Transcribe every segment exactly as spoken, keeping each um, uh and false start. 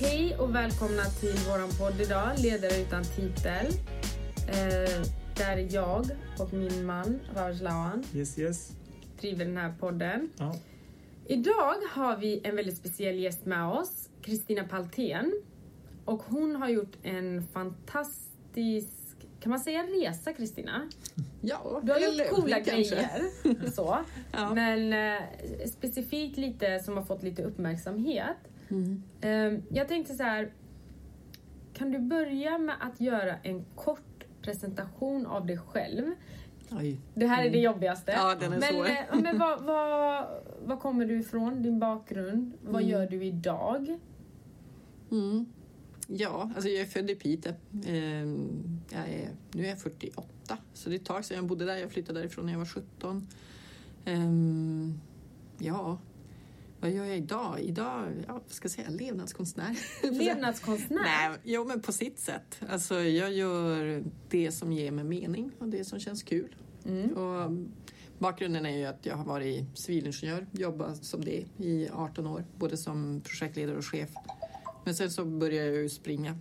Hej och välkomna till våran podd idag, Ledare utan titel. Eh, där jag och min man, Raj Lawan, yes, yes. driver den här podden. Ja. Idag har vi en väldigt speciell gäst med oss, Kristina Paltén. Och hon har gjort en fantastisk, kan man säga resa, Kristina? Ja, du har gjort coola kanske. grejer. Så. Ja. Men eh, specifikt lite som har fått lite uppmärksamhet. Mm. Eh, jag tänkte så här, kan du börja med att göra en kort presentation av dig själv? Oj. Det här är det jobbigaste. Ja, den är men svår. eh, men vad, vad, vad kommer du ifrån? Din bakgrund? Vad Mm. gör du idag? Mm. Ja, alltså jag är född i Piteå. Eh, jag är, nu är jag fyrtioåtta, så det är ett tag sedan jag bodde där. Jag flyttade därifrån när jag var sjutton. Eh, ja, vad gör jag idag? Idag, ja, vad ska jag säga, levnadskonstnär. Levnadskonstnär? Nej, jo, men på sitt sätt. Alltså jag gör det som ger mig mening och det som känns kul. Mm. Och bakgrunden är ju att jag har varit civilingenjör, jobbat som det i arton år, både som projektledare och chef. Men sen så började jag ju springa.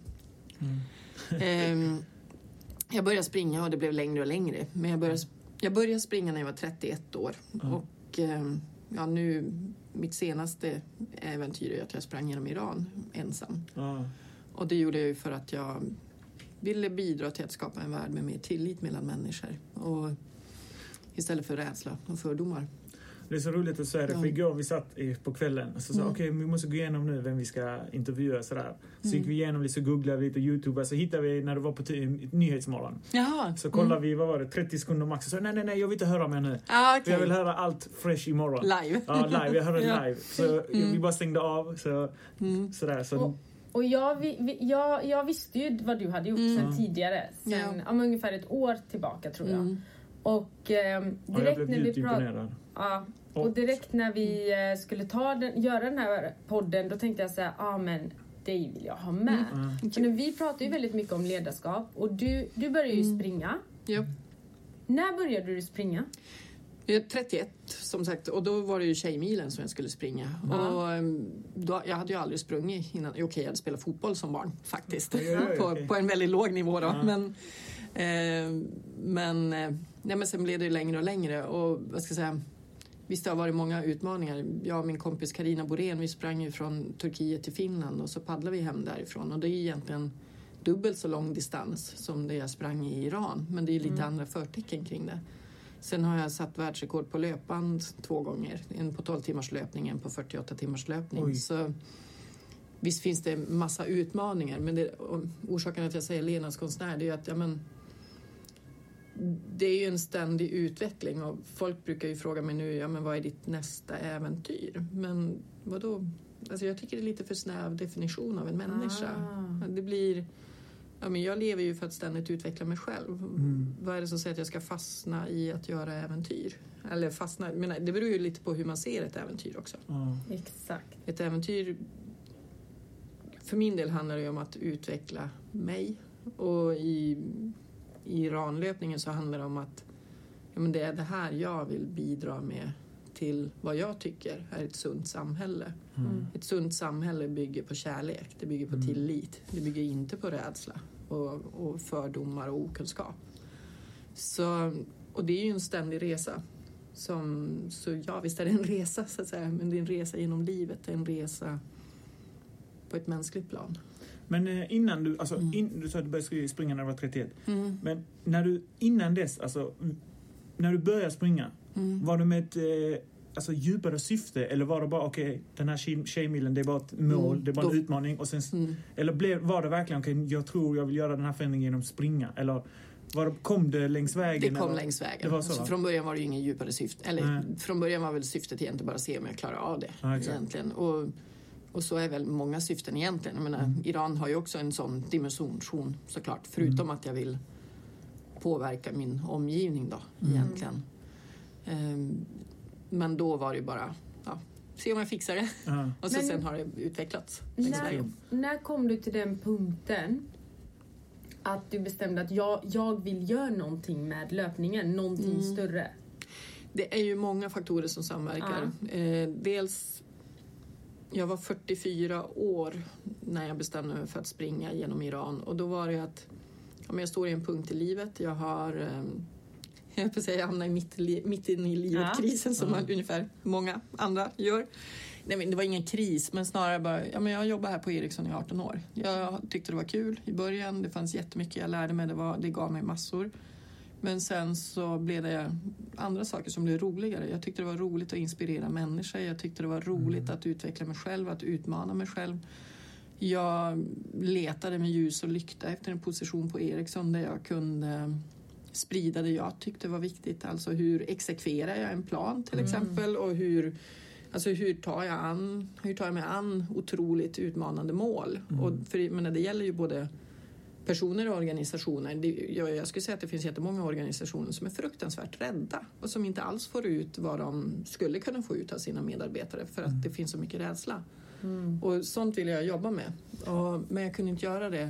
Mm. um, jag började springa och det blev längre och längre. Men jag började, jag började springa när jag var trettioett år. Mm. Och um, ja, nu, mitt senaste äventyr är att jag sprang genom Iran ensam. Mm. Och det gjorde jag ju för att jag ville bidra till att skapa en värld med mer tillit mellan människor. Och istället för rädsla och fördomar. Det är så roligt att säga det, för igår vi satt på kvällen och så sa mm. okej, okay, vi måste gå igenom nu vem vi ska intervjua sådär. Så mm. gick vi igenom lite, så googlade vi lite YouTube, så hittade vi när det var på t- Nyhetsmorgon. Jaha. Så kollade mm. vi, vad var det, trettio sekunder max. Så nej, nej, nej, jag vill inte höra mer nu. Ah, okay. Jag vill höra allt fresh imorgon. Live. Ja, live, jag hörde ja. live. Så mm. vi bara stängde av, så, mm. sådär. Så. Och, och jag, vi, jag, jag visste ju vad du hade gjort mm. sen tidigare. Sen ja. om ungefär ett år tillbaka, tror jag. Mm. Och eh, direkt ja, när vi pratade... Ja, och direkt när vi skulle ta den, göra den här podden, då tänkte jag så här, ja ah, men det vill jag ha med. Mm. För nu, vi pratar ju väldigt mycket om ledarskap, och du, du började ju springa. Mm. När började du springa? Jag är trettioett som sagt, och då var det ju Tjejmilen som jag skulle springa. Mm. Och då, jag hade ju aldrig sprungit innan. Okej, okay, jag hade spelat fotboll som barn faktiskt. Mm. på, på en väldigt låg nivå då. Mm. Men, eh, men, eh, nej, men sen blev det längre och längre. Och vad ska jag säga... Visst, det har varit många utmaningar. Jag och min kompis Carina Borén, vi sprang ju från Turkiet till Finland och så paddlade vi hem därifrån. Och det är egentligen dubbelt så lång distans som det jag sprang i Iran. Men det är lite mm. andra förtecken kring det. Sen har jag satt världsrekord på löpband två gånger. En på tolv timmars löpning, en på fyrtioåtta timmars löpning. Oj. Så visst finns det massa utmaningar. Men det, orsaken att jag säger levnadskonstnär, det är ju att ja, men, det är ju en ständig utveckling, och folk brukar ju fråga mig nu, ja men vad är ditt nästa äventyr? Men vadå? Alltså jag tycker det är lite för snäv definition av en människa. Ah. Det blir, ja men jag lever ju för att ständigt utveckla mig själv. Mm. Vad är det som säger att jag ska fastna i att göra äventyr? Eller fastna, men det beror ju lite på hur man ser ett äventyr också. Mm. Exakt. Ett äventyr, för min del handlar det ju om att utveckla mig, och i I Iranlöpningen så handlar det om att ja, men det är det här jag vill bidra med till vad jag tycker är ett sunt samhälle. Mm. Ett sunt samhälle bygger på kärlek, det bygger på mm. tillit, det bygger inte på rädsla och, och fördomar och okunskap. Så, och det är ju en ständig resa. Som, så ja, visst är det en resa så att säga, men det är en resa genom livet, en resa på ett mänskligt plan. Men innan du, alltså mm. in, du sa att du började springa när du var trettioett. Mm. Men när du, innan dess, alltså när du började springa, mm. var du med ett eh, alltså, djupare syfte, eller var det bara okej, okay, den här tjejmilen, det är bara ett mål, mm. det är bara en Då, utmaning, och sen, mm. eller blev, var det verkligen okej, okay, jag tror jag vill göra den här förändringen genom att springa, eller var det, kom det längs vägen? Det kom eller? längs vägen. Det var så, alltså, från början var det ju ingen djupare syfte, eller Nej. från början var väl syftet egentligen bara att se om jag klarar av det ja, egentligen, och Och så är väl många syften egentligen. Jag menar, mm. Iran har ju också en sån dimension såklart. Förutom mm. att jag vill påverka min omgivning då mm. egentligen. Um, men då var det ju bara, ja, se om jag fixar det. Uh-huh. Och så men, sen har det utvecklats. När, när kom du till den punkten att du bestämde att jag, jag vill göra någonting med löpningen, någonting mm. större? Det är ju många faktorer som samverkar. Uh-huh. Eh, dels jag var fyrtiofyra år när jag bestämde mig för att springa genom Iran. Och då var det att ja, men jag står i en punkt i livet. Jag har, eh, jag får säga, jag hamnar i mitt, mitt in i livet-krisen ja. som mm. ungefär många andra gör. Nej, men det var ingen kris, men snarare bara, ja, men jag jobbar här på Ericsson i arton år. Jag tyckte det var kul i början. Det fanns jättemycket jag lärde mig. Det, var, det gav mig massor. Men sen så blev det andra saker som blev roligare. Jag tyckte det var roligt att inspirera människor. Jag tyckte det var roligt mm. att utveckla mig själv, att utmana mig själv. Jag letade med ljus och lykta efter en position på Ericsson där jag kunde sprida det jag tyckte var viktigt. Alltså hur exekverar jag en plan till mm. exempel, och hur, alltså hur tar jag an, hur tar jag mig an otroligt utmanande mål. Mm. Och för, men det gäller ju både personer och organisationer. Det, jag, jag skulle säga att det finns jättemånga organisationer som är fruktansvärt rädda och som inte alls får ut vad de skulle kunna få ut av sina medarbetare för att mm. det finns så mycket rädsla. Mm. Och sånt vill jag jobba med. Och, men jag kunde inte göra det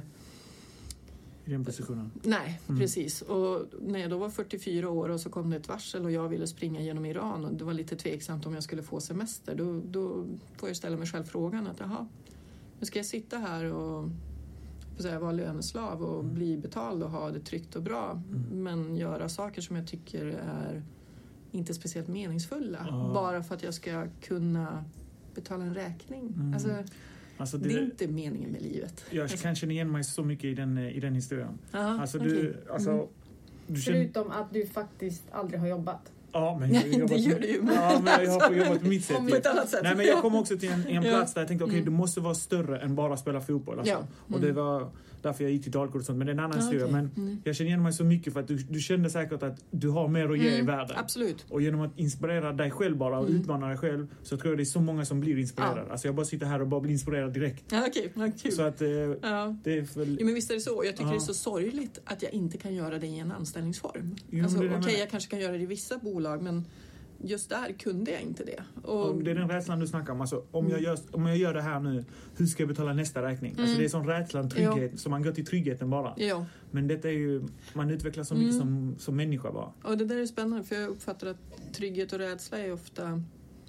i den positionen. Nej, mm. precis. Och när jag då var fyrtiofyra år och så kom det ett varsel och jag ville springa genom Iran och det var lite tveksamt om jag skulle få semester. Då, då får jag ställa mig själv frågan att jaha, nu ska jag sitta här och säga, vara löneslav och mm. bli betald och ha det tryggt och bra. Mm. Men göra saker som jag tycker är inte speciellt meningsfulla. Oh. Bara för att jag ska kunna betala en räkning. Mm. Alltså, alltså det, det är inte meningen med livet. Jag alltså. kan känna igen mig så mycket i den, i den historien. Aha, alltså, okay. du, alltså, mm. du känner... Förutom att du faktiskt aldrig har jobbat. Ja, men jag har jobbat, det gör du ju. Ja, men jag har jobbat på mitt sätt. På ett annat sätt. Nej, men jag kom också till en, en plats där jag tänkte, okej, okay, mm. du måste vara större än bara spela fotboll. Alltså. Ja. Mm. Och det var därför jag gick till Dalkurd och sånt. Men det är en annan historia. Okay. Men mm. jag känner igen mig så mycket för att du, du kände säkert att du har mer att ge mm. i världen. Absolut. Och genom att inspirera dig själv bara och mm. utmana dig själv så tror jag det är så många som blir inspirerade. Ja. Alltså jag bara sitter här och bara blir inspirerad direkt. Ja, okej. Okay. Kul. Så att eh, ja. det är väl... Ja, men visst är det så. Jag tycker ja. det är så sorgligt att jag inte kan göra det i en anställningsform. Jo, alltså, okej, okay, jag kanske kan göra det i vissa bolag, men just där kunde jag inte det. Och... Och det är den rädslan du snackar om. Alltså, om, mm. jag gör, om jag gör det här nu, hur ska jag betala nästa räkning? Mm. Alltså, det är sån rädslan, trygghet, så man går till tryggheten bara. Jo. Men detta är ju, man utvecklas så mycket mm. som, som människa bara. Och det där är spännande, för jag uppfattar att trygghet och rädsla är ofta mm.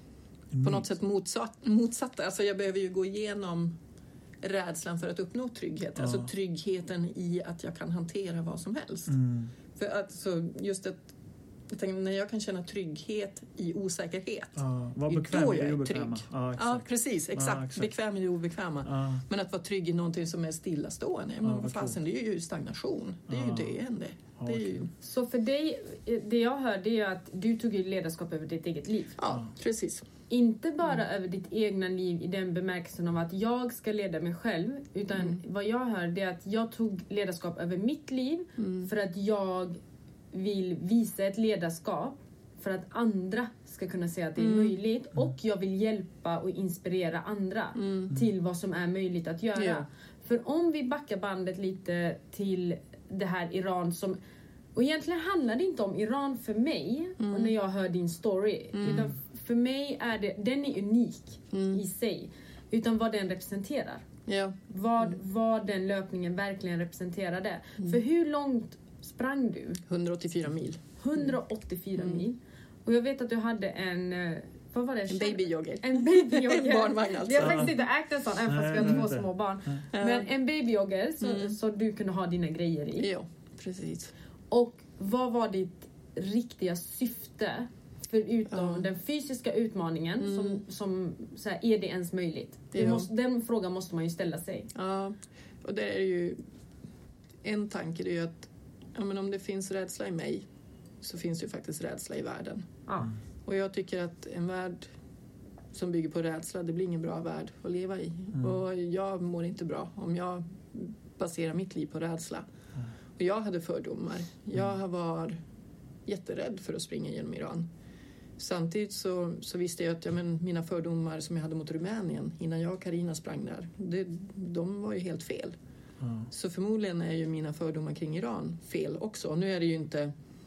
på något sätt motsatt, motsatta. Alltså jag behöver ju gå igenom rädslan för att uppnå trygghet. Ja. Alltså tryggheten i att jag kan hantera vad som helst. Mm. För att så just att jag tänker, när jag kan känna trygghet i osäkerhet. Ja, var bekväm i det obekväma. Ja, ja, precis. Exakt. Ja, exakt. Bekväm i det obekväma. Ja. Men att vara trygg i någonting som är stillastående. Men ja, vad fasen, det är ju stagnation. Det är ja. ju döende. Ja, det är ju... Så för dig, det jag hör, det är att du tog ju ledarskap över ditt eget liv. Ja, precis. Inte bara mm. över ditt egna liv i den bemärkelsen av att jag ska leda mig själv. Utan mm. vad jag hör, det är att jag tog ledarskap över mitt liv. Mm. För att jag vill visa ett ledarskap för att andra ska kunna se att det är mm. möjligt. Och jag vill hjälpa och inspirera andra mm. till vad som är möjligt att göra. Yeah. För om vi backar bandet lite till det här Iran som... Och egentligen handlar det inte om Iran för mig mm. och när jag hör din story. Mm. Utan för mig är det... Den är unik mm. i sig. Utan vad den representerar. Yeah. Vad, mm. vad den löpningen verkligen representerade. Mm. För hur långt sprang du? hundraåttiofyra mil. hundraåttiofyra mm. mil. Och jag vet att du hade en... Vad var det? En babyjogger. En babyjogger. En barnvagn alltså. Jag har faktiskt inte ägt en sån, även fast vi har två små barn. Mm. Men en babyjogger så, mm. så du kunde ha dina grejer i. Ja, precis. Och vad var ditt riktiga syfte? Förutom mm. den fysiska utmaningen mm. som, som så här, är det ens möjligt? Ja. Måste, den frågan måste man ju ställa sig. Ja, och det är ju... En tanke är ju att ja, men om det finns rädsla i mig så finns det ju faktiskt rädsla i världen. Mm. Och jag tycker att en värld som bygger på rädsla, det blir ingen bra värld att leva i. Mm. Och jag mår inte bra om jag baserar mitt liv på rädsla. Mm. Och jag hade fördomar. Jag var jätterädd för att springa genom Iran. Samtidigt så, så visste jag att ja, men mina fördomar som jag hade mot Rumänien innan jag och Carina sprang där, det, de var ju helt fel. Mm. Så förmodligen är ju mina fördomar kring Iran fel också. Nu är det ju inte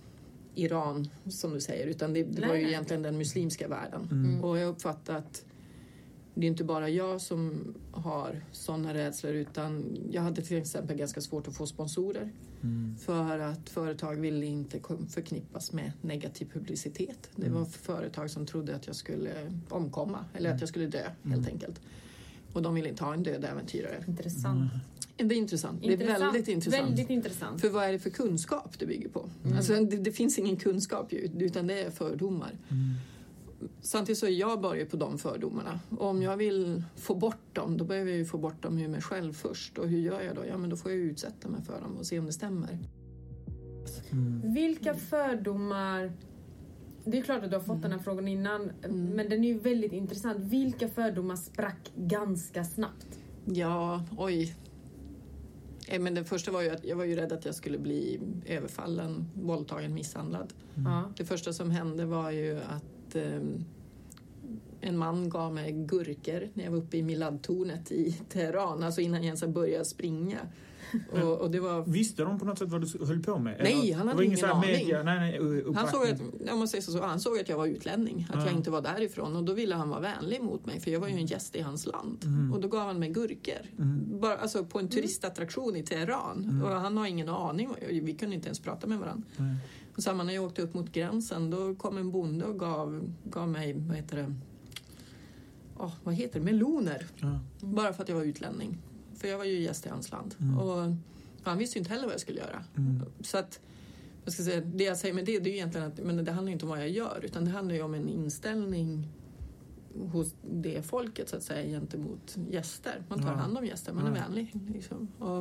Iran som du säger, utan det, det var ju egentligen den muslimska världen. Mm. Och jag uppfattar att det är inte bara jag som har sådana rädslor, utan jag hade till exempel ganska svårt att få sponsorer. Mm. För att företag ville inte förknippas med negativ publicitet. Det var företag som trodde att jag skulle omkomma eller att jag skulle dö helt mm. enkelt. Och de ville inte ha en död äventyrare. Intressant. Mm. Det är intressant. intressant. Det är väldigt intressant. Väldigt intressant. För vad är det för kunskap det bygger på? Mm. Alltså, det, det finns ingen kunskap ju, utan det är fördomar. Mm. Samtidigt så är jag bara på de fördomarna. Och om jag vill få bort dem, då behöver jag ju få bort dem ur mig själv först. Och hur gör jag då? Ja, men då får jag utsätta mig för dem och se om det stämmer. Mm. Vilka fördomar... Det är klart att du har fått mm. den här frågan innan, mm. men den är ju väldigt intressant. Vilka fördomar sprack ganska snabbt? Ja, oj. Men det första var ju att jag var ju rädd att jag skulle bli överfallen, våldtagen, misshandlad. Mm. Det första som hände var ju att eh, en man gav mig gurkor när jag var uppe i Miladtornet i Teheran, alltså innan jag ens började springa. Och, och det var... Visste de på något sätt vad du höll på med? Nej, han hade ingen aning. Media, nej, nej, han, såg att, jag måste säga så, han såg att jag var utlänning, att ja. jag inte var därifrån. Och då ville han vara vänlig mot mig, för jag var ju en gäst i hans land. Mm. Och då gav han mig gurkor. Mm. Bara, alltså på en turistattraktion i Teheran. Mm. Och han har ingen aning, vi kunde inte ens prata med varandra. Mm. Och samma när jag åkte upp mot gränsen, då kom en bonde och gav, gav mig, vad heter det? Oh, vad heter det? Meloner. Mm. Bara för att jag var utlänning. För jag var ju gäst i hans land. Mm. Och han visste ju inte heller vad jag skulle göra. Mm. Så att, jag ska säga, det jag säger med det, det är ju egentligen att, men det handlar inte om vad jag gör, utan det handlar ju om en inställning hos det folket, så att säga, gentemot gäster. Man tar hand om gäster, man är vänlig. Liksom. Och,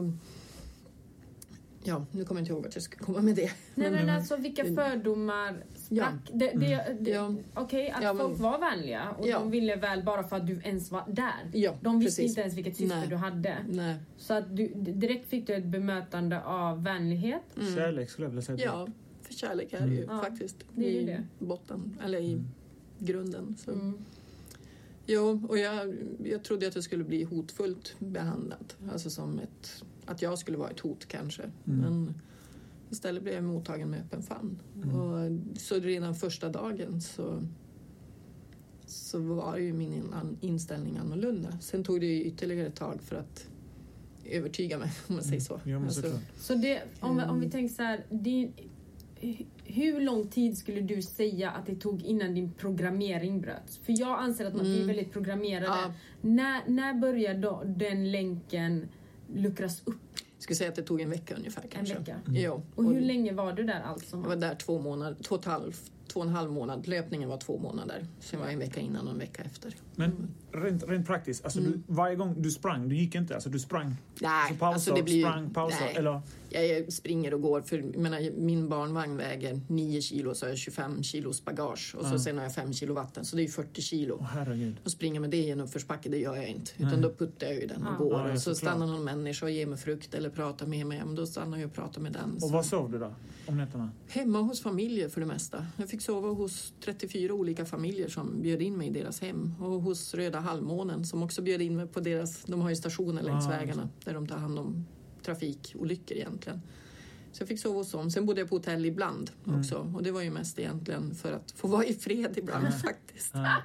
ja, nu kommer jag inte ihåg att jag ska komma med det. Nej, men alltså vilka fördomar sprack? Ja. Det, det, det, ja. Okej, okay, att ja, men, folk var vänliga och ja. de ville väl bara för att du ens var där. Ja, de visste precis. inte ens vilket syfte Nej. du hade. Nej. Så att du, direkt fick du ett bemötande av vänlighet. Mm. Kärlek skulle jag vilja säga. Ja, för kärlek är det ju mm. faktiskt. Det är ju i det. botten, eller i mm. grunden. Så. Mm. Jo, och jag, jag trodde att jag skulle bli hotfullt behandlad. Alltså som ett... Att jag skulle vara ett hot kanske. Mm. Men istället blev jag mottagen med öppen famn. Mm. Och så redan första dagen så, så var ju min inställning annorlunda. Sen tog det ju ytterligare ett tag för att övertyga mig, om man säger så. Ja, alltså, så det, om, om vi tänker så här, det, hur lång tid skulle du säga att det tog innan din programmering bröts? För jag anser att man mm. är väldigt programmerad. Ja. När, när började då den länken luckras upp? Jag skulle säga att det tog en vecka ungefär kanske. En vecka? Mm. Ja. Och hur länge var du där alltså? Jag var där två månader, två och ett halvt, två och en halv månad. Löpningen var två månader. Sen var jag en vecka innan och en vecka efter. Men rent, rent praktiskt, alltså mm. du, varje gång du sprang, du gick inte, alltså du sprang? Nej. Så pausa, alltså det blir, sprang, pausa, nej. eller? Jag springer och går, för jag menar, min barnvagn väger nio kilo, så har jag tjugofem kilos bagage. Och så mm. sen har jag fem kilo vatten, så det är fyrtio kilo. Åh, herregud. Och springa med det genom försbacke, det gör jag inte. Utan mm. då puttar jag ju den och ah. går. Ah, och så stannar någon människa och ger mig frukt eller pratar med mig. Men då stannar jag och pratar med den. Och så. vad sov du då om nätterna? Hemma hos familjer för det mesta. Jag fick sova hos trettiofyra olika familjer som bjöd in mig i deras hem. Och hos Röda halvmånen som också bjöd in mig på deras... De har ju stationer längs ah, vägarna där de tar hand om trafikolyckor egentligen. Så jag fick sova hos dem. Sen bodde jag på hotell ibland också. Mm. Och det var ju mest egentligen för att få vara i fred ibland mm. faktiskt. Ja.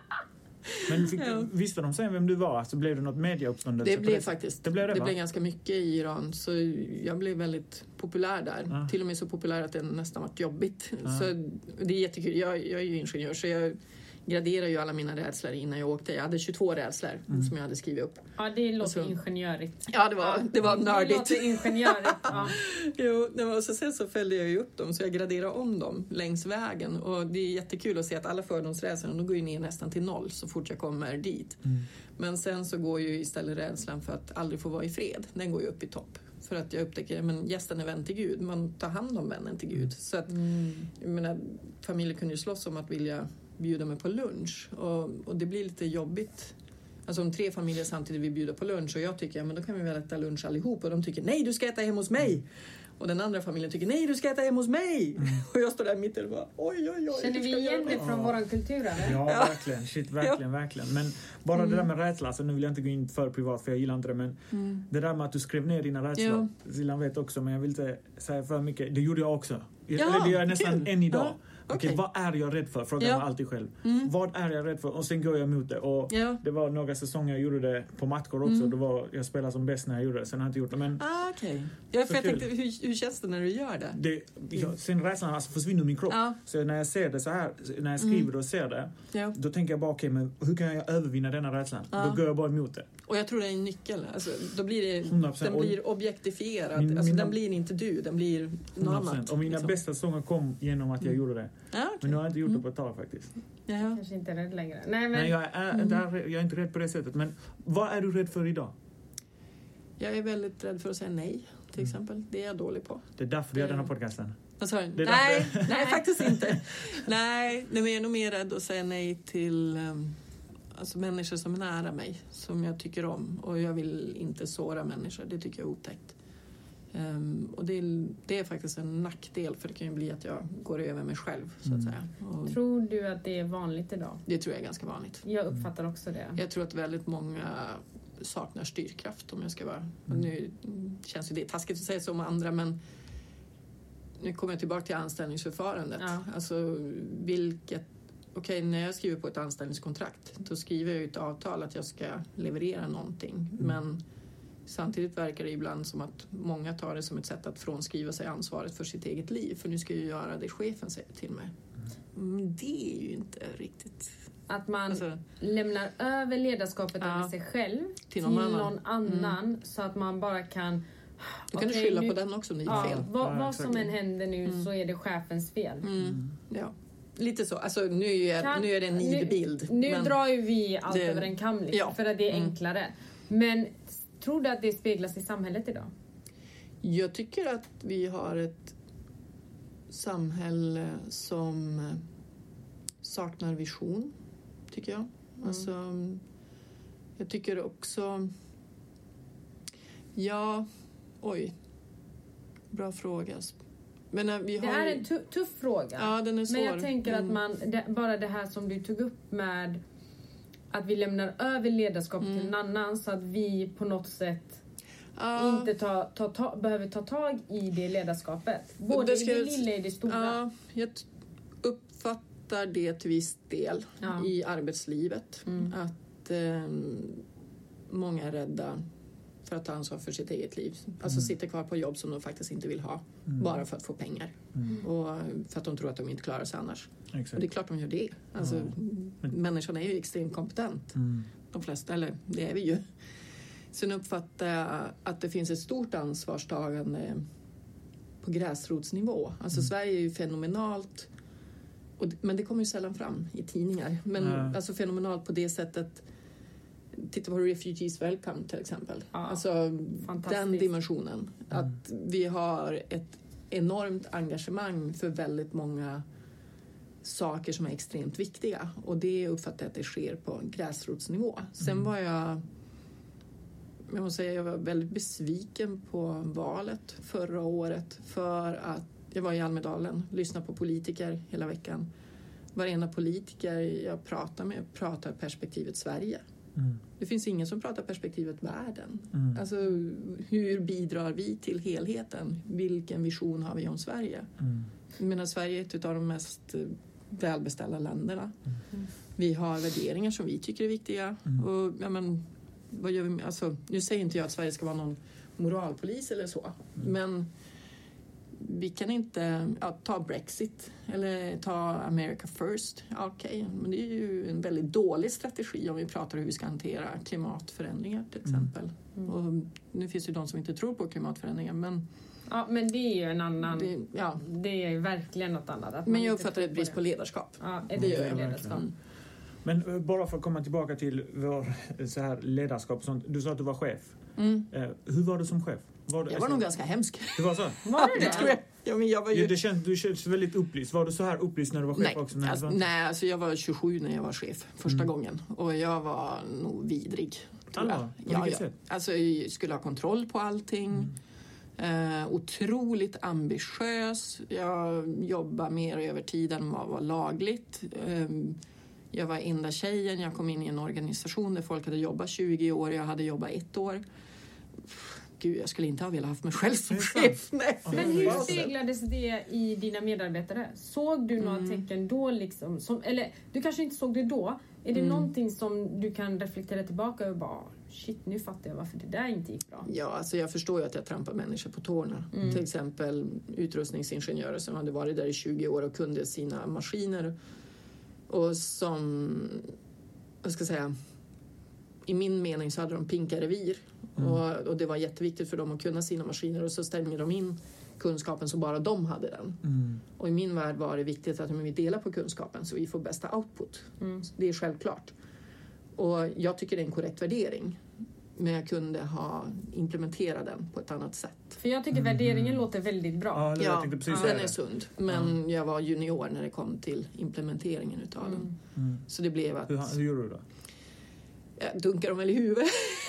Men fick, ja. visste de sen vem du var? Alltså, blev det något mediauppståndelse? Det blev det? faktiskt. Det blev, det, det blev ganska mycket i Iran. Så jag blev väldigt populär där. Ja. Till och med så populär att det nästan var jobbigt. Ja. Så det är jättekul. Jag, jag är ju ingenjör så jag graderar ju alla mina rädslor innan jag åkte. Jag hade tjugotvå rädslor mm. som jag hade skrivit upp. Ja, det låter så, ingenjörigt. Ja, det var, det var nördigt. Det låter ingenjörigt, ja. Jo, det var, så sen så följde jag ju upp dem, så jag graderade om dem längs vägen. Och det är jättekul att se att alla fördomsrädslor, de går ju ner nästan till noll så fort jag kommer dit. Mm. Men sen så går ju istället rädslan för att aldrig få vara i fred. Den går ju upp i topp. För att jag upptäcker att gästen är vän till Gud. Man tar hand om vännen till Gud. Så att, mm. jag menar, familjen kunde ju slåss om att vilja bjuda mig på lunch. Och, och det blir lite jobbigt. Alltså om tre familjer samtidigt vill bjuda på lunch. Och jag tycker, ja men då kan vi väl äta lunch allihop. Och de tycker, nej du ska äta hem hos mig. Och den andra familjen tycker, nej du ska äta hem hos mig. Mm. Och jag står där mitt och bara, oj oj oj. Känner vi igen det från ja. våran kultur eller? Ja, ja, verkligen. Shit, verkligen, ja. verkligen. Men bara mm. det där med rädsla, alltså nu vill jag inte gå in för privat för jag gillar inte det. Men mm. det där med att du skrev ner dina rädslor. Ja. Zilan vet också, men jag vill inte säga för mycket. Det gjorde jag också. Ja, eller det gör jag nästan kul. än idag. Ja. okej, okay, vad är jag rädd för? Frågar ja. man alltid själv. Mm. Vad är jag rädd för? Och sen går jag emot det. Och ja. det var några säsonger jag gjorde det på matcher också. Mm. Då var jag spelade som bäst när jag gjorde det. Sen har jag inte gjort det. Men ah, okej. Okay. Ja, för jag tänkte, hur, hur känns det när du gör det? det jag, sen rädslan alltså försvinner min kropp. Ja. Så när jag ser det så här, när jag skriver mm. det och ser det, ja. då tänker jag bara, okej, okay, men hur kan jag övervinna denna rädslan? Ja. Då går jag bara emot det. Och jag tror det är en nyckel. Alltså, då blir det, den blir objektifierad. Min, alltså, mina, den blir inte du, den blir något annat. Och mina liksom. bästa sånger kom genom att jag mm. gjorde det. Ja, okay. Men nu har jag inte gjort det på ett tag faktiskt. Ja. Kanske inte rädd längre. Nej, men... Nej jag, är, mm. där, jag är inte rädd på det sättet. Men vad är du rädd för idag? Jag är väldigt rädd för att säga nej, till exempel. Mm. Det är jag dålig på. Det är därför vi har den här podcasten. Alltså, nej, nej, faktiskt inte. nej, nej, men jag är nog mer rädd att säga nej till um, alltså människor som är nära mig. Som jag tycker om. Och jag vill inte såra människor. Det tycker jag är otäckt. Um, och det är, det är faktiskt en nackdel. För det kan ju bli att jag går över mig själv, så att mm. säga. Och tror du att det är vanligt idag? Det tror jag är ganska vanligt. Jag uppfattar också det. Jag tror att väldigt många saknar styrkraft, om jag ska vara. Mm. Nu känns ju det taskigt att säga så om andra, men nu kommer jag tillbaka till anställningsförfarandet. Ja. Alltså vilket, okej, okay, när jag skriver på ett anställningskontrakt, då skriver jag ett avtal att jag ska leverera någonting. Mm. Men samtidigt verkar det ibland som att många tar det som ett sätt att frånskriva sig ansvaret för sitt eget liv. För nu ska jag göra det chefen säger till mig. Mm, det är ju inte riktigt... Att man alltså, lämnar över ledarskapet ja, över sig själv till någon till annan, någon annan mm. så att man bara kan... Du kan okay, du skylla nu, på den också om det gick ja, fel. Vad, vad som än händer nu mm. så är det chefens fel. Mm. Ja. Lite så. Alltså, nu, är, kan, nu är det en nidbild. Nu, nu men drar ju vi allt det, över en kam liksom, ja. för att det är mm. enklare. Men tror du att det speglas i samhället idag? Jag tycker att vi har ett samhälle som saknar vision, tycker jag. Mm. Alltså, jag tycker också... Ja, oj. Bra fråga. Men äh, vi har det är en tuff, tuff fråga. Ja, den är svår. Men jag tänker mm. att man, det, bara det här som du tog upp med att vi lämnar över ledarskap mm. till en annan så att vi på något sätt uh, inte ta, ta, ta, behöver ta tag i det ledarskapet. Både det i det lilla och i det stora. Uh, jag uppfattar det till viss del uh. i arbetslivet. Mm. Att eh, många är rädda för att ta ansvar för sitt eget liv. Alltså mm. sitter kvar på jobb som de faktiskt inte vill ha. Mm. Bara för att få pengar. Mm. Och för att de tror att de inte klarar sig annars. Exakt. Och det är klart de gör det. Alltså, mm. människan är ju extremt kompetent. Mm. De flesta, eller det är vi ju. Sen uppfattar jag att det finns ett stort ansvarstagande på gräsrotsnivå. Alltså mm. Sverige är ju fenomenalt. Och, men det kommer ju sällan fram i tidningar. Men mm. alltså fenomenalt på det sättet. Titta på Refugees Welcome till exempel. Ja, alltså den dimensionen. Mm. Att vi har ett enormt engagemang för väldigt många saker som är extremt viktiga. Och det uppfattar jag att det sker på gräsrotsnivå. Sen mm. var jag, jag måste säga, jag var väldigt besviken på valet förra året. För att jag var i Almedalen, lyssnade på politiker hela veckan. Varenda politiker jag pratar med pratar perspektivet Sverige. Mm. Det finns ingen som pratar perspektivet världen. Mm. Alltså, hur bidrar vi till helheten? Vilken vision har vi om Sverige? Mm. Jag menar, Sverige är ett av de mest välbeställda länderna. Mm. Vi har värderingar som vi tycker är viktiga. Mm. Och, ja, men, vad gör vi? Alltså, nu säger inte jag att Sverige ska vara någon moralpolis eller så. Mm. Men vi kan inte ja, ta Brexit eller ta America First. Okej, okay, men det är ju en väldigt dålig strategi om vi pratar hur vi ska hantera klimatförändringar till exempel. Mm. Och nu finns det ju de som inte tror på klimatförändringar, men ja, men det är ju en annan. Det, ja. det är verkligen något annat. Att men jag uppfattar ett brist på ledarskap. Ja, det gör jag ledarskap. Mm. Men bara för att komma tillbaka till vår så här ledarskap och sånt. Du sa att du var chef. Mm. Hur var du som chef? Var du, jag var nog ganska hemsk. Det var så? Var det? Det tror jag. Ja, men jag var ju... ja, det känns, du känns väldigt upplyst. Var du så här upplyst när du var chef nej, också? När alltså, nej, alltså jag var tjugosju när jag var chef första mm. gången. Och jag var nog vidrig. Tror Alla, jag. Ja, ja. Alltså jag skulle ha kontroll på allting. Mm. Uh, otroligt ambitiös. Jag jobbade mer över tiden än vad var lagligt. Um, jag var enda tjejen. Jag kom in i en organisation där folk hade jobbat tjugo år. Jag hade jobbat ett år. gud, jag skulle inte ha velat haft mig själv som chef. Nej. Men hur speglades det i dina medarbetare? Såg du några mm. tecken då liksom? Som, eller du kanske inte såg det då. Är det mm. någonting som du kan reflektera tillbaka och bara, shit, nu fattar jag varför det där inte gick bra? Ja, alltså jag förstår ju att jag trampar människor på tårna. Mm. Till exempel utrustningsingenjörer som hade varit där i tjugo år och kunde sina maskiner. Och som, vad ska jag säga, i min mening så hade de pinka revir. Mm. Och, och det var jätteviktigt för dem att kunna sina maskiner. Och så ställde de in kunskapen så bara de hade den. Mm. Och i min värld var det viktigt att vi delar på kunskapen så vi får bästa output. Mm. Det är självklart. Och jag tycker det är en korrekt värdering. Men jag kunde ha implementerat den på ett annat sätt. För jag tycker mm. värderingen låter väldigt bra. Ja, ja precis den är sund. Men mm. jag var junior när det kom till implementeringen utav mm. den. Mm. Så det blev att... Hur, hur gjorde du då? Jag dunkar dem väl i huvudet.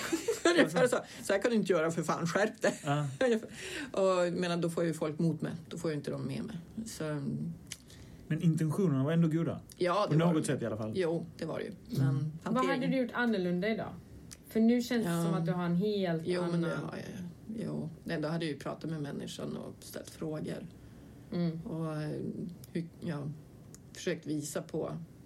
så, så här kan du inte göra, för fan, skärp det. Ah. och, men då får ju folk mot mig. Då får ju inte de med mig. Så, men intentionerna var ändå goda? Ja, det på var något sätt i alla fall. Jo, det var det ju. Men mm. Vad hade du gjort annorlunda idag? För nu känns det ja. som att du har en helt jo, annan... Men det har jag. Jo, då hade jag ju pratat med människan och ställt frågor. Mm. Och hur, ja, försökt visa på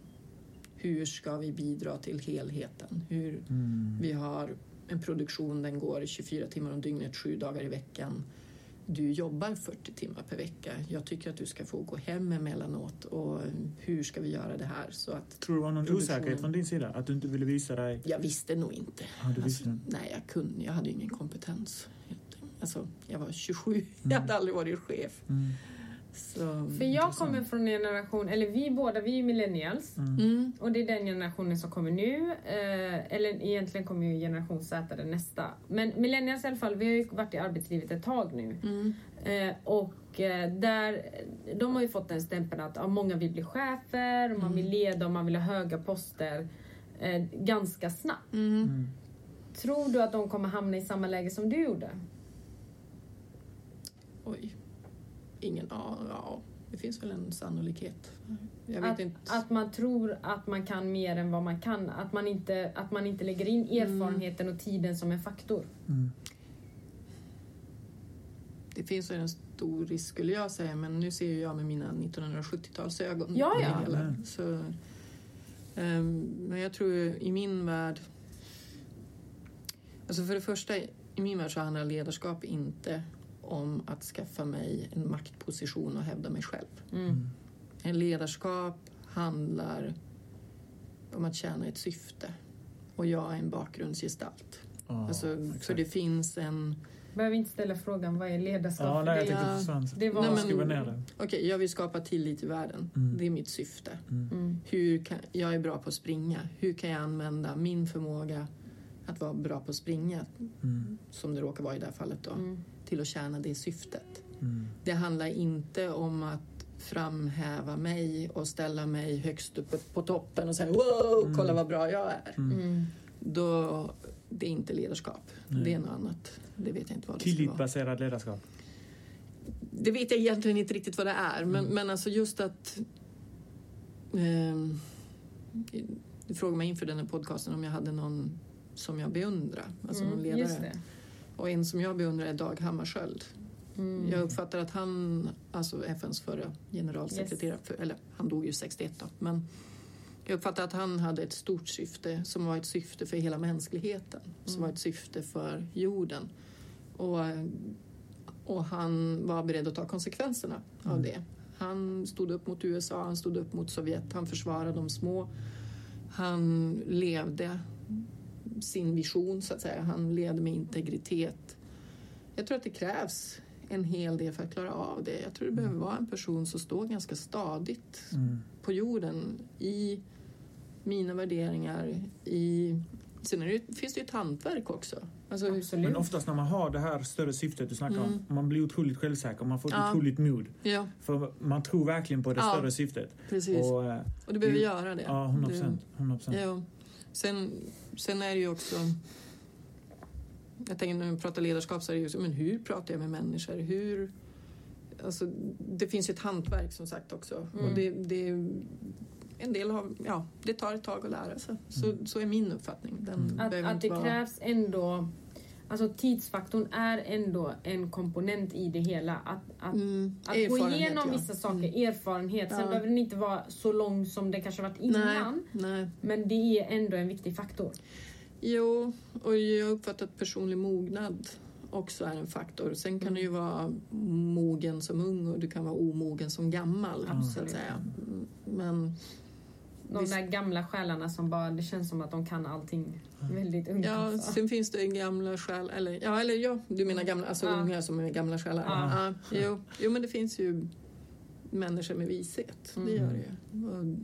hur ska vi bidra till helheten. Hur mm. vi har en produktion, den går tjugofyra timmar om dygnet, sju dagar i veckan. Du jobbar fyrtio timmar per vecka. Jag tycker att du ska få gå hem emellanåt. Och hur ska vi göra det här? Så att tror du det var någon osäkerhet från din sida? Att du inte ville visa dig? Jag visste nog inte. Ja, du visste alltså, nej, jag kunde. Jag hade ju ingen kompetens. Alltså, jag var tjugosju. Mm. Jag hade aldrig varit chef. Mm. Så, för jag intressant. kommer från en generation, eller vi båda, vi är millennials. Mm. Mm. Och det är den generationen som kommer nu. Eh, eller egentligen kommer ju generation Z den nästa. Men millennials i alla fall, vi har ju varit i arbetslivet ett tag nu. Mm. Eh, och eh, där, de har ju fått den stämpeln att ja, många vill bli chefer, och man vill leda och man vill ha höga poster eh, ganska snabbt. Mm. Mm. Tror du att de kommer hamna i samma läge som du gjorde? Oj. Ingen, ja, ja, det finns väl en sannolikhet. Jag vet att, inte. att man tror att man kan mer än vad man kan. Att man inte, att man inte lägger in erfarenheten mm. och tiden som en faktor. Mm. Det finns väl en stor risk, skulle jag säga. Men nu ser jag med mina nittonhundrasjuttiotalsögon. Ja, ja. Hela. Så, um, men jag tror i min värld... Alltså för det första, i min värld så handlar ledarskap inte... om att skaffa mig en maktposition och hävda mig själv. Mm. En ledarskap handlar om att tjäna ett syfte. Och jag är en bakgrundsgestalt. Oh, alltså, för det finns en... Behöver inte ställa frågan, vad är ledarskap? Ja, nej, jag tänkte intressant. Det var... Nej, men, okej, okay, jag vill skapa tillit i världen. Mm. Det är mitt syfte. Mm. Hur kan, jag är bra på att springa. Hur kan jag använda min förmåga att vara bra på att springa, mm. som det råkar vara i det här fallet då, mm. till att tjäna det syftet. Mm. Det handlar inte om att framhäva mig och ställa mig högst uppe på toppen och säga wow, mm. kolla vad bra jag är. Mm. Då, det är inte ledarskap. Mm. Det är något annat. Det vet jag inte vad det ska vara. Tillitbaserad ledarskap? Det vet jag egentligen inte riktigt vad det är. Men, mm. men alltså just att... Eh, du frågade mig inför den här podcasten om jag hade någon som jag beundrar. Alltså mm, någon ledare. Och en som jag beundrar är Dag Hammarskjöld. Mm. Jag uppfattar att han, alltså F N:s förra generalsekreterare, yes. för, eller han dog ju sextioett då, men jag uppfattar att han hade ett stort syfte som var ett syfte för hela mänskligheten. Mm. Som var ett syfte för jorden. Och, och han var beredd att ta konsekvenserna mm. av det. Han stod upp mot U S A, han stod upp mot Sovjet, han försvarade de små. Han levde sin vision så att säga. Han levde med integritet. Jag tror att det krävs en hel del för att klara av det. Jag tror det behöver vara en person som står ganska stadigt mm. på jorden i mina värderingar. I... Sen är det, finns det ju ett hantverk också. Alltså, men oftast när man har det här större syftet du snackar mm. om, man blir otroligt självsäker och man får ett ja. otroligt mod. Ja. För man tror verkligen på det ja. större syftet. Precis. Och, och du behöver det, göra det. Ja, hundra procent. hundra procent. Ja. Sen, sen är det ju också... Jag tänker när vi pratar ledarskap så är det ju så, men hur pratar jag med människor? Hur... Alltså, det finns ju ett hantverk som sagt också. Mm. Och det, det, en del har, ja, det tar ett tag att lära sig. Så, mm. så är min uppfattning. Den att att det vara... krävs ändå... alltså tidsfaktorn är ändå en komponent i det hela. Att, att, mm. att gå igenom vissa saker, mm. erfarenhet. Sen ja. behöver den inte vara så lång som det kanske varit innan. Nej, nej. Men det är ändå en viktig faktor. Jo, och jag har uppfattat att personlig mognad också är en faktor. Sen kan mm. det ju vara mogen som ung och du kan vara omogen som gammal. Mm. Så att säga. Men... De där gamla själarna som bara, det känns som att de kan allting väldigt unga. Ja, sen finns det gamla själ, eller ja, eller ja, du menar gamla, alltså ja. unga som är gamla själar. Ja. Ja, jo, jo, men det finns ju människor med vishet, mm. det gör det ju.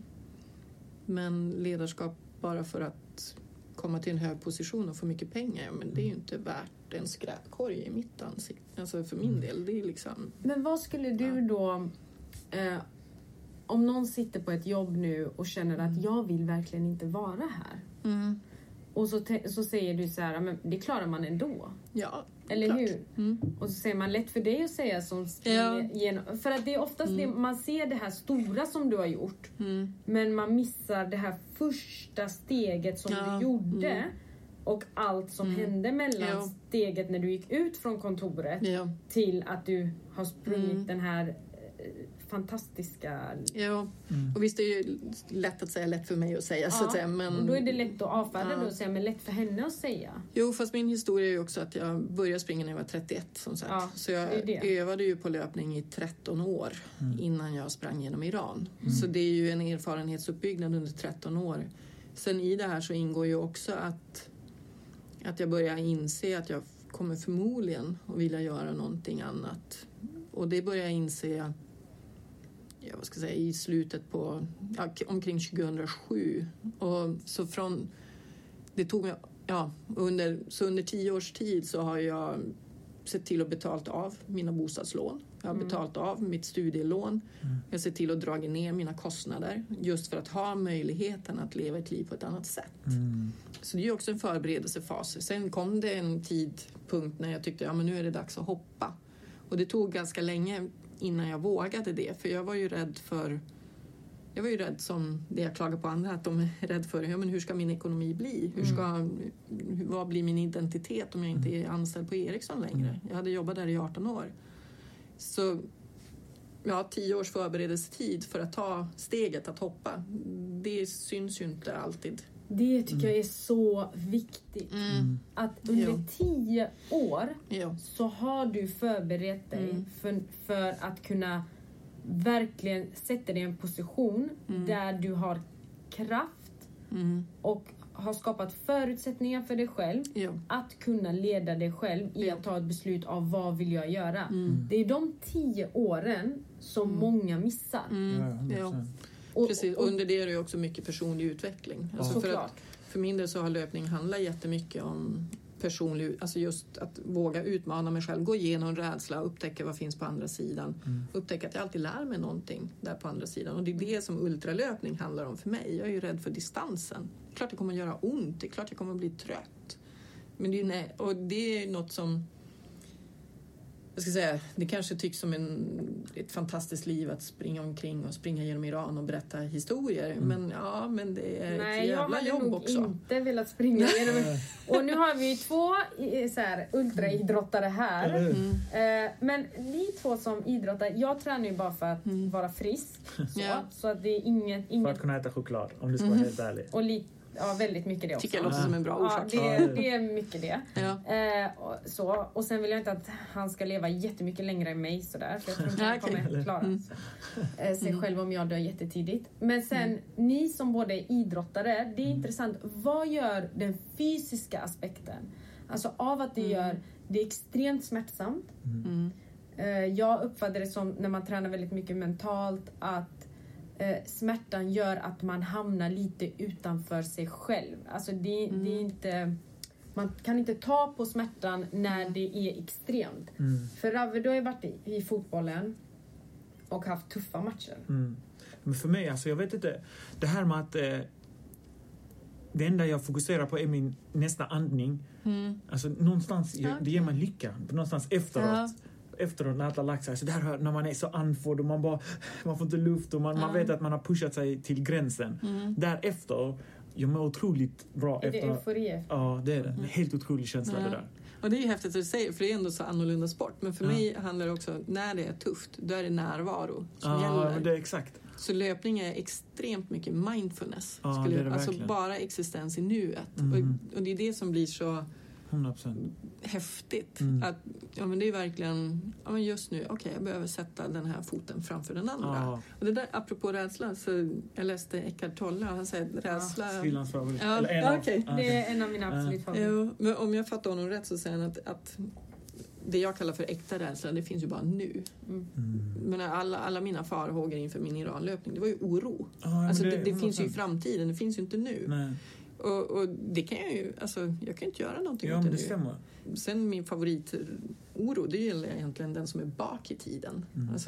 Men ledarskap bara för att komma till en hög position och få mycket pengar, men det är ju inte värt en skräpkorg i mitt ansikte. Alltså för min del, det är liksom... Men vad skulle du ja. då... Eh, om någon sitter på ett jobb nu och känner att mm. jag vill verkligen inte vara här. Mm. Och så, te- så säger du så här, men det klarar man ändå. Ja, eller klart. hur? Mm. Och så säger man lätt för dig att säga som ja. genom, för att det är oftast mm. det, man ser det här stora som du har gjort. Mm. Men man missar det här första steget som ja. du gjorde. Mm. Och allt som mm. hände mellan ja. steget när du gick ut från kontoret ja. till att du har sprungit mm. den här fantastiska... Ja, mm. och visst är det ju lätt att säga, lätt för mig att säga. Ja. Så att säga, men... Och då är det lätt att avfärda ja. det och säga, men lätt för henne att säga. Jo, fast min historia är ju också att jag började springa när jag var trettioett som sagt. Ja, så jag det det. övade ju på löpning i tretton år mm. innan jag sprang genom Iran. Mm. Så det är ju en erfarenhetsuppbyggnad under tretton år. Sen i det här så ingår ju också att, att jag börjar inse att jag kommer förmodligen att vilja göra någonting annat. Och det börjar jag inse ja, vad ska jag säga, i slutet på ja, omkring tjugohundrasju. Och så från det tog mig ja, under så under tio års tid så har jag sett till att betalt av mina bostadslån. Jag har mm. betalt av mitt studielån. Mm. Jag har sett till att dra ner mina kostnader just för att ha möjligheten att leva ett liv på ett annat sätt. Mm. Så det är också en förberedelsefas. Sen kom det en tidpunkt när jag tyckte ja, men nu är det dags att hoppa. Och det tog ganska länge innan jag vågade det. För jag var ju rädd för... Jag var ju rädd som det jag klagar på andra. Att de är rädd för ja, men hur ska min ekonomi bli? Hur ska, mm. vad blir min identitet om jag inte är anställd på Ericsson längre? Jag hade jobbat där i arton år. Så ja, tio års förberedelsetid för att ta steget att hoppa. Det syns ju inte alltid. Det tycker mm. jag är så viktigt. Mm. Att under jo. tio år jo. så har du förberett dig mm. för, för att kunna verkligen sätta dig i en position mm. där du har kraft mm. och har skapat förutsättningar för dig själv jo. att kunna leda dig själv i jo. att ta ett beslut av vad vill jag göra. Mm. Det är de tio åren som mm. många missar. Mm. Ja, Och, Precis, och under det är det också mycket personlig utveckling. Alltså för, att, för min del så har löpning handlat jättemycket om personlig, alltså just att våga utmana mig själv, gå igenom rädsla, upptäcka vad finns på andra sidan. Mm. Upptäcka att jag alltid lär mig någonting där på andra sidan. Och det är det som ultralöpning handlar om för mig. Jag är ju rädd för distansen. Det är klart det kommer att göra ont, det är klart jag kommer att bli trött. Men det är, nej, och det är något som... Jag ska säga, det kanske tycks som en, ett fantastiskt liv att springa omkring och springa genom Iran och berätta historier. Mm. Men ja, men det är Nej, ett jävla jobb också. Nej, jag hade nog inte velat springa genom... Och nu har vi två så här, ultraidrottare här. Mm. Men ni två som idrottar, jag tränar ju bara för att mm. vara frisk. Så, ja. så att det är inget, inget... För att kunna äta choklad, om du ska vara mm. helt ärlig. Och lite... Ja, väldigt mycket det också. Tycker jag låter som en bra orsak. Ja, det, det är mycket det. Ja. Eh, och, så. och sen vill jag inte att han ska leva jättemycket längre än mig. Sådär, för jag tror inte han kommer klara mm. eh, sig själv om jag dör jättetidigt. Men sen, mm. ni som båda är idrottare, det är mm. intressant. Vad gör den fysiska aspekten? Alltså av att det mm. gör det är extremt smärtsamt. Mm. Eh, jag uppfattar det som när man tränar väldigt mycket mentalt att smärtan gör att man hamnar lite utanför sig själv. Alltså det, mm. det är inte... Man kan inte ta på smärtan när det är extremt. Mm. För Ravi, du har ju varit i, i fotbollen och haft tuffa matcher. Mm. Men för mig, alltså jag vet inte... Det här med att... Eh, det enda jag fokuserar på är min nästa andning. Mm. Alltså någonstans, okay. det ger man lycka. Någonstans efteråt. Ja. Efteråt när allt har lagt sig. Så där när man är så andfådd och man bara man får inte luft och man, mm. man vet att man har pushat sig till gränsen. Mm. Därefter, jag mår otroligt bra. Är efter, det eufori? Ja, det är det. En helt otrolig känsla mm. det där. Och det är ju häftigt att du säger, för det är ändå så annorlunda sport. Men för ja. mig handlar det också, när det är tufft, då är det närvaro som ja, gäller. Det är exakt. Så löpning är extremt mycket mindfulness. Ja, skulle, det är det alltså verkligen. Bara existens i nuet. Mm. Och, och det är det som blir så hundra procent häftigt. Mm. Att, ja, men det är verkligen, ja, men just nu, okej, okay, jag behöver sätta den här foten framför den andra. Ja. Och det där, apropå rädsla, så jag läste Eckhart Tolle och han säger att rädsla... Ja, Silans favorit. Ja, Eller en ja, av, okay. Det är en av mina absolut favoriter. Jo, men om jag fattar honom rätt så säger han att, att det jag kallar för äkta rädsla, det finns ju bara nu. Mm. Men alla, alla mina farhågor inför min Iranlöpning, det var ju oro. Ja, alltså det, det, det finns ju i sant. framtiden, det finns ju inte nu. Nej. Och, och det kan jag ju, alltså jag kan inte göra någonting ja, åt det det nu. Stämmer. Sen min favoritoro, det gäller egentligen den som är bak i tiden. Mm. Alltså,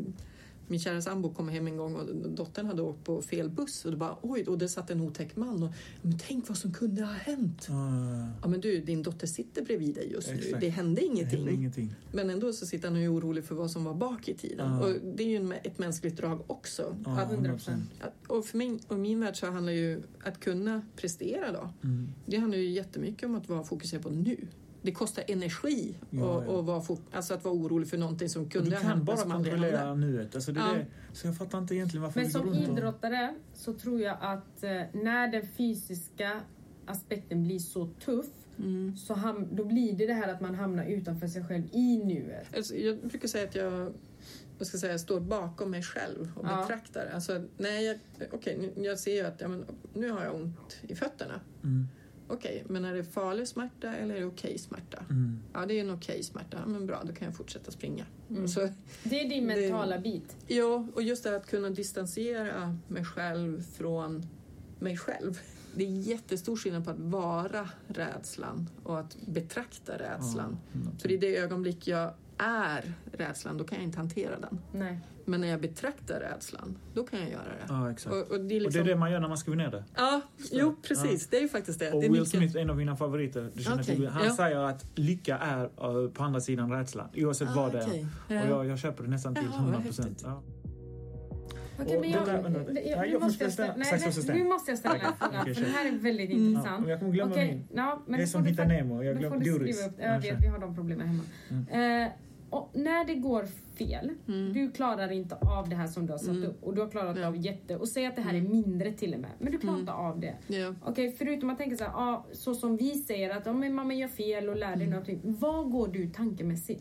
min kära sambo kom hem en gång och dottern hade åkt på fel buss och det bara, oj, och det satt en otäck man och, men tänk vad som kunde ha hänt. Uh, ja men du, din dotter sitter bredvid dig just exakt. nu, det hände ingenting. Det hände ingenting. Men ändå så sitter han och är orolig för vad som var bak i tiden. Uh. Och det är ju en, ett mänskligt drag också. Uh, att, hundra procent. att, och för min, och min värld så handlar ju att kunna prestera då. Mm. Det handlar ju jättemycket om att vara fokuserad på nu. Det kostar energi ja, och, ja. och vara, alltså att vara orolig för någonting som kunde ha hänt. Du kan bara kontrollera hände. nuet. Alltså det är ja. det. Så jag fattar inte egentligen varför Men vi som går runt och... idrottare så tror jag att eh, när den fysiska aspekten blir så tuff mm. så ham- då blir det det här att man hamnar utanför sig själv i nuet. Alltså, jag brukar säga att jag, vad ska jag säga, står bakom mig själv och ja. betraktar. Alltså, nej, jag, okej, jag ser ju att ja, men, nu har jag ont i fötterna. Mm. Okej, okay, men är det farlig smärta eller är det okej okay smärta? Mm. Ja, det är en okej okay smärta. Ja, men bra, då kan jag fortsätta springa. Mm. Så, det är din mentala det, bit. Ja, och just det att kunna distansera mig själv från mig själv. Det är jättestor skillnad på att vara rädslan och att betrakta rädslan. Mm. För i det ögonblick jag är rädslan, då kan jag inte hantera den. Nej. Men när jag betraktar rädslan, då kan jag göra det. Ja, exakt. Och, och, det, är liksom... och det är det man gör när man skriver ner det. Ja, jo, precis. Ja. Det är ju faktiskt det. Och det är Will mycket... Smith, en av mina favoriter, du känner okay. till, han ja. säger att lycka är uh, på andra sidan rädslan. Oavsett ah, vad det okay. är. Ja. Och jag, jag köper det nästan till hundra procent. Ja. Okej, men jag, nu måste jag ställa, nej, nej, nu måste jag ställa en fråga, okay, för det här är väldigt mm. intressant. Ja, jag kommer glömma okay, min. Ja, men det är som Hitta Nemo, jag glömde Doris. Jag vet, vi har de problemen hemma. Mm. Uh, och när det går fel, mm. du klarar inte av det här som du har satt mm. upp. Och du har klarat ja. av jätte, och säg att det här är mindre till och med. Men du klarar inte mm. av det. Ja. Okej, okay, förutom att tänka så här, ah, så som vi säger att oh, men mamma gör fel och lär dig mm. någonting. Vad går du tankemässigt?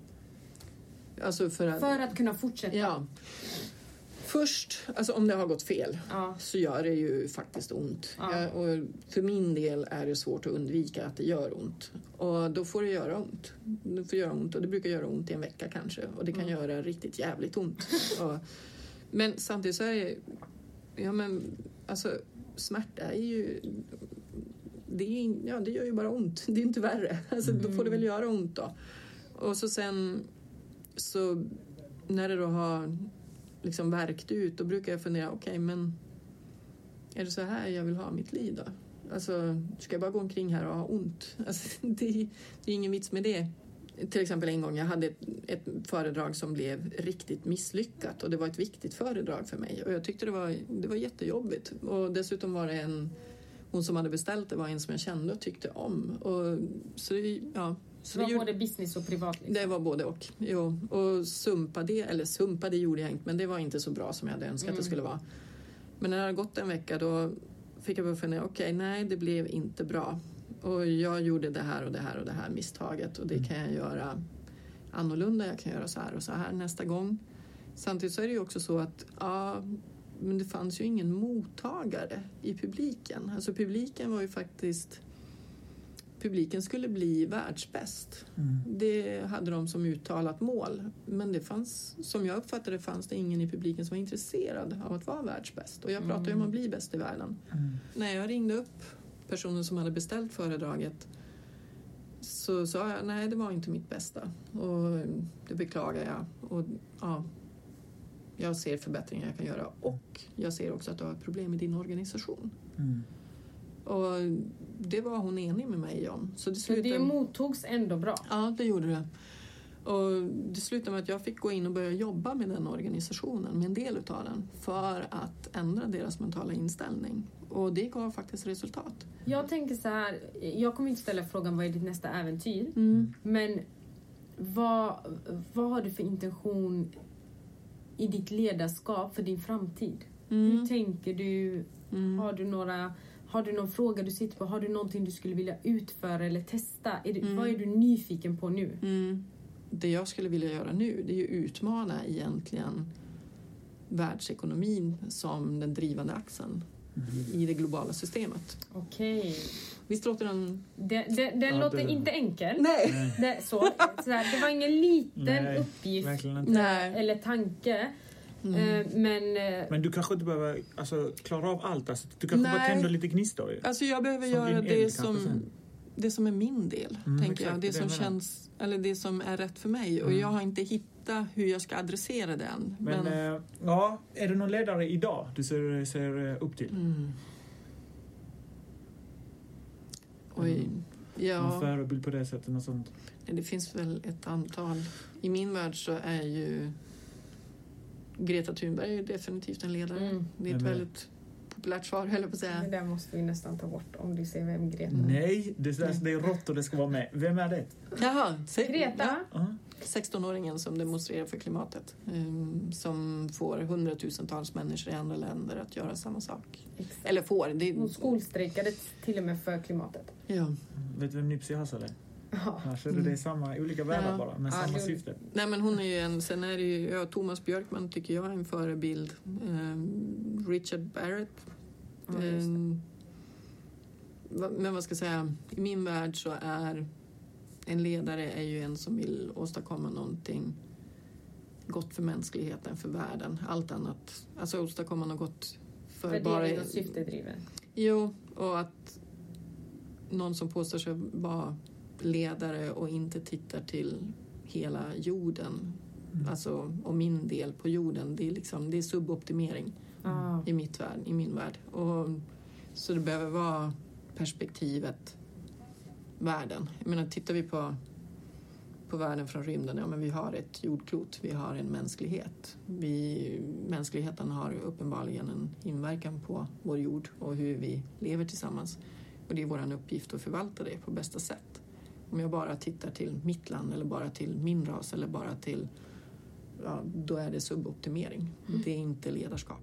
Alltså för att, för att kunna fortsätta. Ja. Först, alltså om det har gått fel ja. så gör det ju faktiskt ont. Ja. Ja, och för min del är det svårt att undvika att det gör ont. Och då får det göra ont. Det får göra ont och det brukar göra ont i en vecka kanske. Och det kan mm. göra riktigt jävligt ont. och, men samtidigt så är det, ja men alltså smärta är ju, det, är, ja, det gör ju bara ont. Det är inte värre. Alltså mm. då får det väl göra ont då. Och så sen så när det då har liksom verkt ut, då brukar jag fundera, okej, okay, men är det så här jag vill ha mitt liv då? Alltså, ska jag bara gå omkring här och ha ont? Alltså, det, det är ingen vits med det. Till exempel en gång, jag hade ett, ett föredrag som blev riktigt misslyckat och det var ett viktigt föredrag för mig och jag tyckte det var, det var jättejobbigt och dessutom var det en, hon som hade beställt det var en som jag kände och tyckte om och så det, ja. Så det var både business och privat? Liksom. Det var både och. Jo. Och sumpa det, eller sumpa det gjorde jag inte, men det var inte så bra som jag hade önskat mm. det skulle vara. Men när det hade gått en vecka då fick jag börja fundera, okej, okay, nej det blev inte bra. Och jag gjorde det här och det här och det här misstaget och det kan jag göra annorlunda, jag kan göra så här och så här nästa gång. Samtidigt så är det ju också så att, ja, men det fanns ju ingen mottagare i publiken. Alltså publiken var ju faktiskt... Publiken skulle bli världsbäst. Mm. Det hade de som uttalat mål. Men det fanns, som jag uppfattade, fanns det ingen i publiken som var intresserad av att vara världsbäst. Och jag pratade mm. ju om att bli bäst i världen. Mm. När jag ringde upp personen som hade beställt föredraget så sa jag, nej det var inte mitt bästa. Och det beklagar jag. Och ja, jag ser förbättringar jag kan göra. Och jag ser också att du har ett problem i din organisation. Mm. Och det var hon enig med mig om. Så det, slutade... så det mottogs ändå bra? Ja, det gjorde det. Och det slutade med att jag fick gå in och börja jobba med den organisationen, med en del utav den, för att ändra deras mentala inställning. Och det gav faktiskt resultat. Jag tänker så här, jag kommer inte ställa frågan vad är ditt nästa äventyr? Mm. Men vad, vad har du för intention i ditt ledarskap för din framtid? Mm. Hur tänker du? Mm. Har du några... Har du någon fråga du sitter på? Har du någonting du skulle vilja utföra eller testa? Är du, Mm. Vad är du nyfiken på nu? Mm. Det jag skulle vilja göra nu, det är ju utmana egentligen världsekonomin som den drivande axeln mm. i det globala systemet. Okej. Okay. Visst låter den... Det, det, den ja, låter det... inte enkel. Nej. Det, så, så här, det var ingen liten Nej, uppgift Nej. eller tanke. Mm. Men, men du kanske inte behöver alltså, klara av allt. Alltså, du kanske Nej. bara tänder lite gnistor. Ju. Alltså jag behöver som göra det som, det som är min del. Mm, tänker exakt, jag. Det, det som känns, eller det som är rätt för mig. Mm. Och jag har inte hittat hur jag ska adressera den. Men, men... Äh, ja, är det någon ledare idag du ser, ser upp till? Mm. Oj, mm. ja. Någon förebild på det sättet och sånt? Det finns väl ett antal. I min värld så är ju Greta Thunberg är definitivt en ledare. Mm. Det är ett väldigt populärt svar, höll jag på att säga. Det där måste vi nästan ta bort om du ser vem Greta är. Nej, det är, det är rått och det ska vara med. Vem är det? Jaha, Greta? Ja. sexton-åringen som demonstrerar för klimatet. Um, som får hundratusentals människor i andra länder att göra samma sak. Exakt. Eller får. Det... Hon skolstrejkade till och med för klimatet. Ja. Vet du vem Nipsey Hussle är? Ja. Här ser du, det är samma, olika världar ja. bara, men ja, samma det... syfte. Nej, men hon är ju en, sen är det ju, ja, Thomas Björkman tycker jag är en förebild. Um, Richard Barrett. Ja, um, men vad ska jag säga, i min värld så är en ledare är ju en som vill åstadkomma någonting gott för mänskligheten, för världen. Allt annat, alltså åstadkomma något gott för Värdering bara... och syftedriven. Jo, och att någon som påstår sig vara ledare och inte tittar till hela jorden, mm. alltså och min del på jorden, det är liksom, det är suboptimering ah. i mitt värld, i min värld. Och så det behöver vara perspektivet världen. Jag menar, tittar vi på på världen från rymden, ja men vi har ett jordklot, vi har en mänsklighet. Vi, mänskligheten har uppenbarligen en inverkan på vår jord och hur vi lever tillsammans. Och det är vår uppgift att förvalta det på bästa sätt. Om jag bara tittar till mitt land eller bara till min ras eller bara till, ja, då är det suboptimering. Mm. Det är inte ledarskap.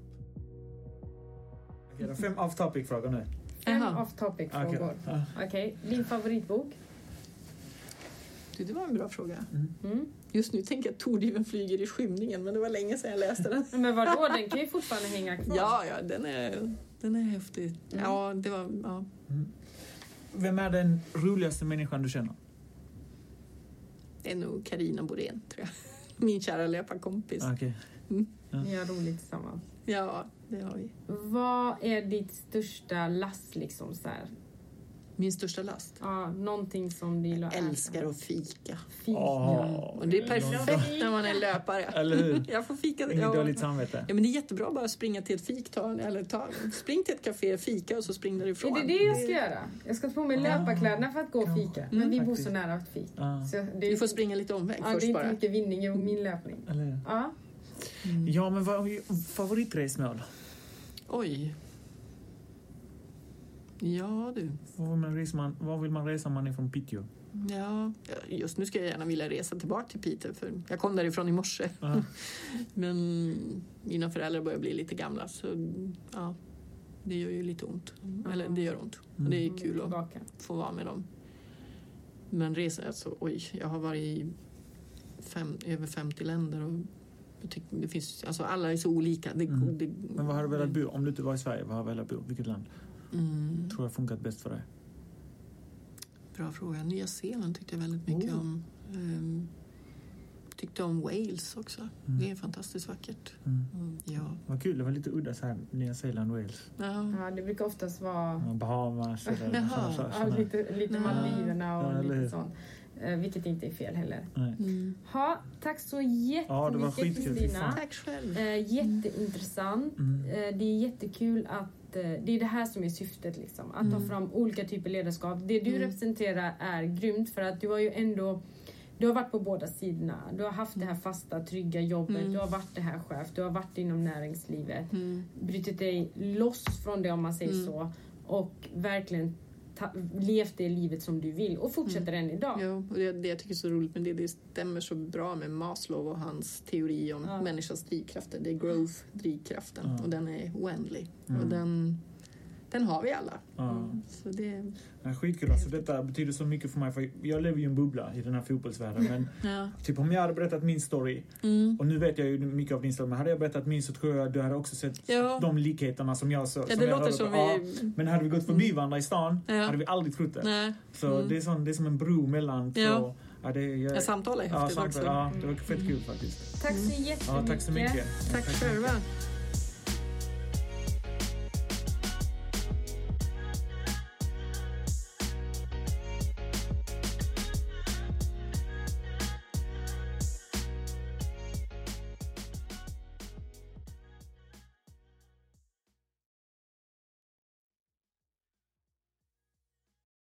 Okej, fem off-topic-frågor nu. Fem off-topic-frågor. Okej, okay. okay. Din favoritbok? Du, det var en bra fråga. Mm. Mm. Just nu tänker jag att Tordjäveln flyger i skymningen, men det var länge sedan jag läste den. Men vadå, den kan ju fortfarande hänga kvar. Ja, ja, den är, den är häftig. Mm. Ja, det var, ja. Mm. Vem är den roligaste människan du känner? Det är nog Carina Borén, tror jag. Min kära löparkompis. Okay. Mm. Ja. Ni har roligt tillsammans. Ja, det har vi. Vad är ditt största last liksom så här? Min största last? Ja, någonting som du gillar att äta. Älskar att fika. Fika. Oh, och det är perfekt när man är löpare. Eller hur? Jag får fika. Inget ja. dåligt samvete. Ja, men det är jättebra bara att springa till ett fik. Ta, eller ta, spring till ett café, fika och så spring därifrån. Är det det jag ska göra? Jag ska ta på mig löparkläderna för att gå och fika. Men vi bor så nära ett fik. Ah. Så det är, du får springa lite omväg ja, först det är bara. inte mycket vinning i min löpning. Eller? Ja. Mm. Ja, men vad är favoritresmål? Oj. Ja, du. Var vill man resa, man, var vill man resa man är från Piteå? Ja, just nu ska jag gärna vilja resa tillbaka till Piteå, för jag kom därifrån i morse. Uh-huh. Men mina föräldrar börjar bli lite gamla, så ja, det gör ju lite ont. Uh-huh. Eller det gör ont. Mm. Det är kul att få vara med dem. Men resa, alltså, oj, jag har varit i fem, över femtio länder och jag tycker det finns, alltså alla är så olika. Det, mm. det, Men vad har du velat bo? Om du inte var i Sverige, vad har du velat bo? Vilket land? Mm. Tror jag funkat bäst för dig? Bra fråga. Nya Zeeland tyckte jag väldigt mycket oh. om. Um, tyckte om Wales också. Mm. Det är fantastiskt vackert. Mm. Mm, ja. Vad kul, det var lite udda så här, Nya Zeeland, Wales. Ja. Ja, det brukar oftast vara... Ja, Bahamas eller Jaha. såna, Ja, lite, lite Maldiverna och ja, lite sånt. Uh, vilket inte är fel heller. Mm. Ha, tack så jättemycket, ja, det var skitkul, Kristina. Tack själv. Uh, jätteintressant. Mm. Uh, det är jättekul att det är det här som är syftet liksom. Att mm. ta fram olika typer av ledarskap. Det du mm. representerar är grymt, för att du har ju ändå du har varit på båda sidorna. Du har haft det här fasta, trygga jobbet. Mm. Du har varit det här chef. Du har varit inom näringslivet. Mm. Brytit dig loss från det, om man säger mm. så. Och verkligen ta, levt det livet som du vill. Och fortsätter mm. än idag. Ja, och det, det jag tycker är så roligt med det, det stämmer så bra med Maslow och hans teori om ja. människans drivkrafter. Det är growth-drivkraften. Ja. Och den är oändlig. Mm. Och den... Den har vi alla. Ja. Mm. Så det... Ja, skitkul. Alltså, detta betyder så mycket för mig. För jag lever ju i en bubbla i den här fotbollsvärlden. Men ja. typ om jag hade berättat min story. Mm. Och nu vet jag ju mycket av din story. Men hade jag berättat min så tror jag du hade också sett ja. de likheterna som jag såg. Ja, det jag låter som ja, vi... Men hade vi gått förbi mm. varandra i stan ja. hade vi aldrig trott det. Nej. Så mm. det, är sån, det är som en bro mellan två... Ja. Ja, det, jag, ja, samtal är häftigt ja, också. Ja, det var fett kul faktiskt. Tack så jättemycket. Ja, tack så mycket. Tack, tack själva.